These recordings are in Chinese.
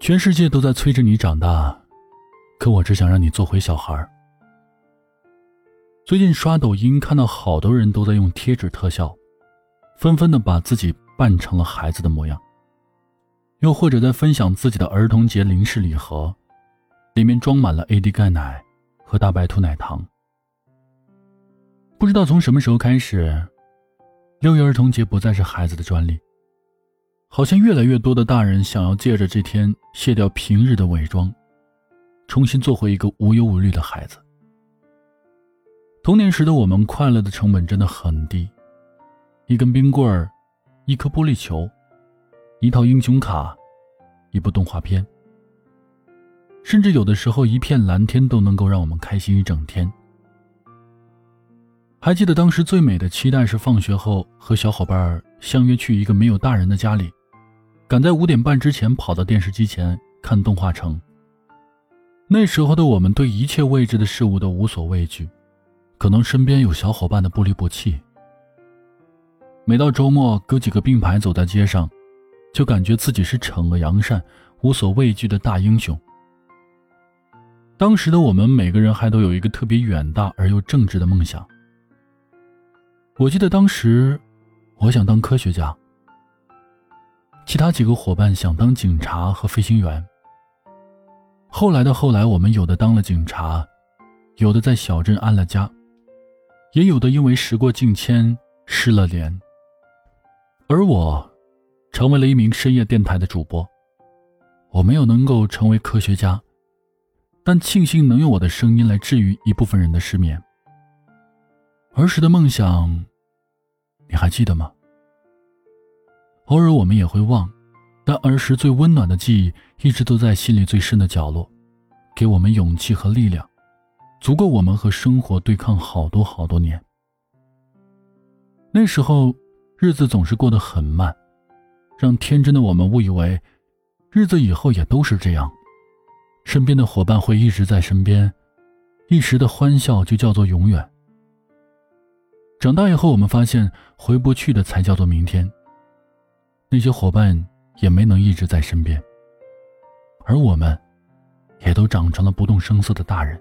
全世界都在催着你长大，可我只想让你做回小孩。最近刷抖音看到好多人都在用贴纸特效，纷纷的把自己扮成了孩子的模样，又或者在分享自己的儿童节零食礼盒，里面装满了 AD 钙奶和大白兔奶糖。不知道从什么时候开始，6月儿童节不再是孩子的专利，好像越来越多的大人想要借着这天卸掉平日的伪装，重新做回一个无忧无虑的孩子。童年时的我们快乐的成本真的很低，一根冰棍儿，一颗玻璃球，一套英雄卡，一部动画片，甚至有的时候一片蓝天都能够让我们开心一整天。还记得当时最美的期待是放学后和小伙伴相约去一个没有大人的家里，赶在5点半之前跑到电视机前看动画城。那时候的我们对一切未知的事物都无所畏惧，可能身边有小伙伴的不离不弃。每到周末搁几个并排走在街上，就感觉自己是惩恶扬善无所畏惧的大英雄。当时的我们每个人还都有一个特别远大而又正直的梦想。我记得当时我想当科学家，其他几个伙伴想当警察和飞行员。后来我们有的当了警察，有的在小镇安了家，也有的因为时过境迁失了联。而我成为了一名深夜电台的主播。我没有能够成为科学家，但庆幸能用我的声音来治愈一部分人的失眠。儿时的梦想你还记得吗？偶尔我们也会忘，但儿时最温暖的记忆一直都在心里最深的角落，给我们勇气和力量，足够我们和生活对抗好多好多年。那时候日子总是过得很慢，让天真的我们误以为日子以后也都是这样，身边的伙伴会一直在身边，一时的欢笑就叫做永远。长大以后我们发现回不去的才叫做明天，那些伙伴也没能一直在身边，而我们也都长成了不动声色的大人。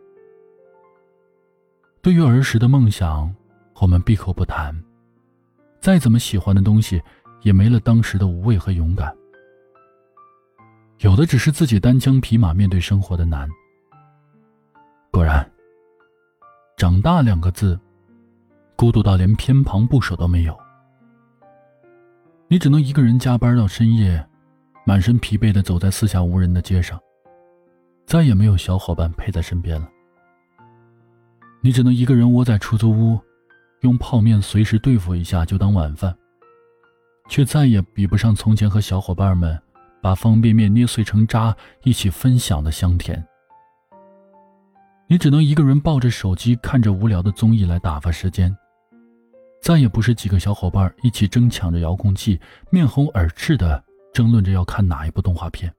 对于儿时的梦想，我们闭口不谈，再怎么喜欢的东西也没了当时的无畏和勇敢，有的只是自己单枪匹马面对生活的难。果然，长大2个字孤独到连偏旁部首都没有。你只能一个人加班到深夜，满身疲惫地走在四下无人的街上，再也没有小伙伴陪在身边了。你只能一个人窝在出租屋，用泡面随时对付一下就当晚饭，却再也比不上从前和小伙伴们把方便面捏碎成渣一起分享的香甜。你只能一个人抱着手机看着无聊的综艺来打发时间，再也不是几个小伙伴一起争抢着遥控器，面红耳赤地争论着要看哪一部动画片。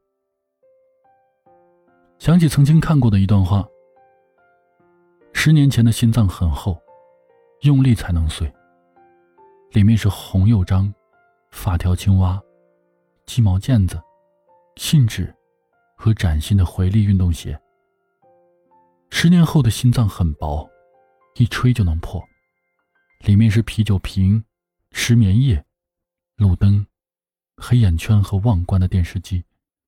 想起曾经看过的一段话：10年前的心脏很厚，用力才能碎，里面是红柚章、发条青蛙、鸡毛毽子、信纸和崭新的回力运动鞋。10年后的心脏很薄，一吹就能破，里面是啤酒瓶、湿棉液、路灯、黑眼圈和忘关的电视机。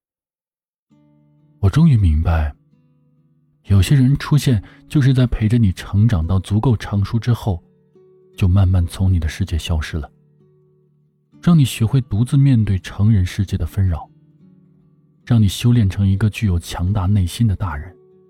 我终于明白，有些人出现就是在陪着你成长到足够成熟之后，就慢慢从你的世界消失了，让你学会独自面对成人世界的纷扰，让你修炼成一个具有强大内心的大人。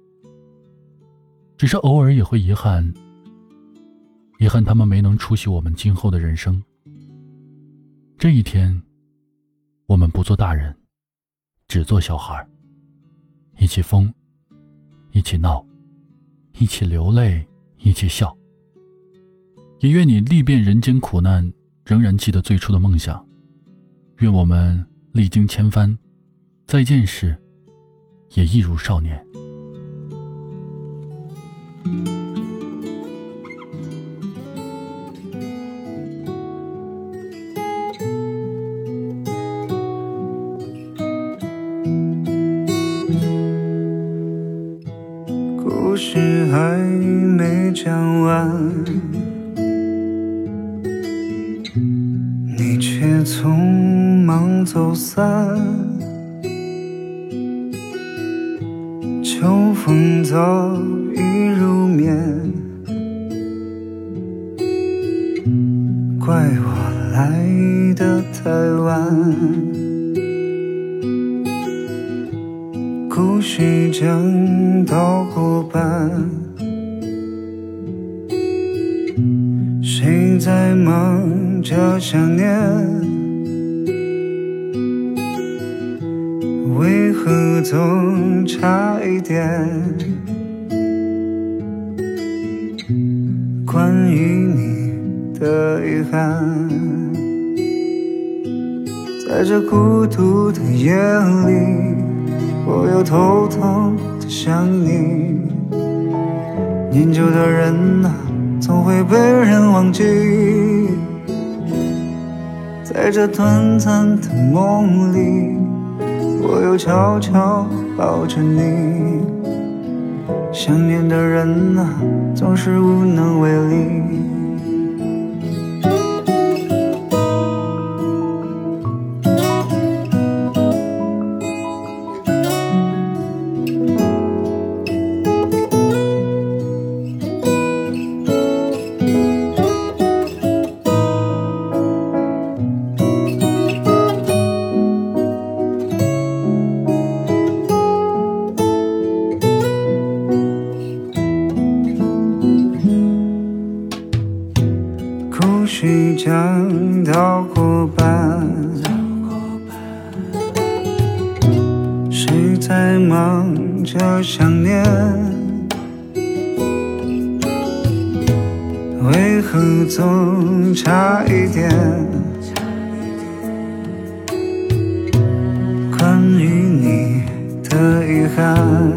只是偶尔也会遗憾他们没能出席我们今后的人生。这一天，我们不做大人，只做小孩，一起疯，一起闹，一起流泪，一起笑。也愿你历遍人间苦难，仍然记得最初的梦想。愿我们历经千帆，再见时也一如少年。 故事还没讲完，你却匆忙走散。秋风早已入眠，怪我来得太晚。故事讲到过半，谁在忙着想念？为何总差一点？关于你的遗憾，在这孤独的夜里，我又偷偷地想你。念旧的人啊，总会被人忘记。在这短暂的梦里，我又悄悄抱着你。想念的人啊，总是无能为力。故事讲到过半，谁在忙着想念？为何总差一点？关于你的遗憾，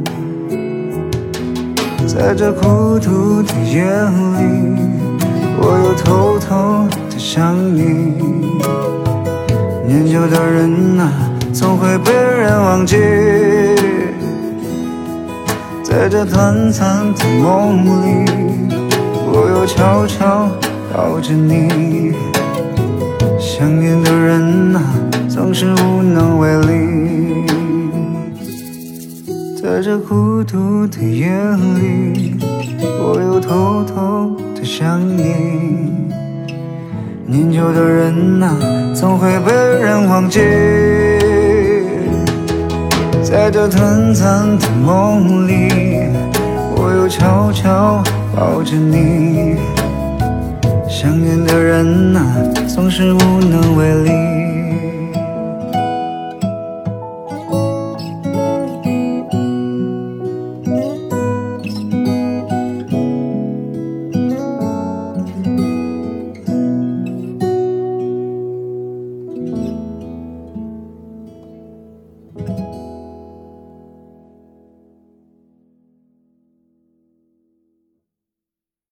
在这孤独的夜里，我又偷偷地想你。念旧的人啊，总会被人忘记。在这短暂的梦里，我又悄悄抱着你。想念的人啊，总是无能为力。在这孤独的夜里，我又偷偷地想你。念旧的人啊，总会被人忘记。在这短暂的梦里，我又悄悄抱着你。想念的人啊，总是无能为力。